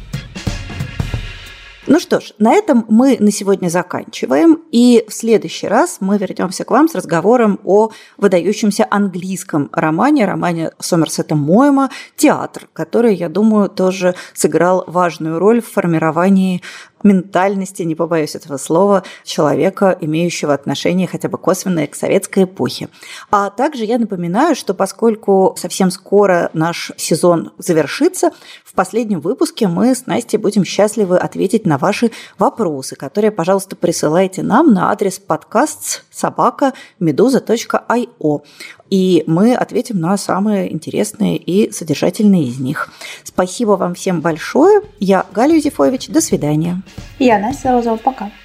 Ну что ж, на этом мы на сегодня заканчиваем, и в следующий раз мы вернемся к вам с разговором о выдающемся английском романе, романе Сомерсета Моэма «Театр», который, я думаю, тоже сыграл важную роль в формировании ментальности, не побоюсь этого слова, человека, имеющего отношение хотя бы косвенное к советской эпохе. А также я напоминаю, что поскольку совсем скоро наш сезон завершится, в последнем выпуске мы с Настей будем счастливы ответить на ваши вопросы, которые, пожалуйста, присылайте нам на адрес подкаст собака медуза точка ай о. И мы ответим на самые интересные и содержательные из них. Спасибо вам всем большое. Я Галя Юзефович. До свидания. Я Настя Розова. Пока.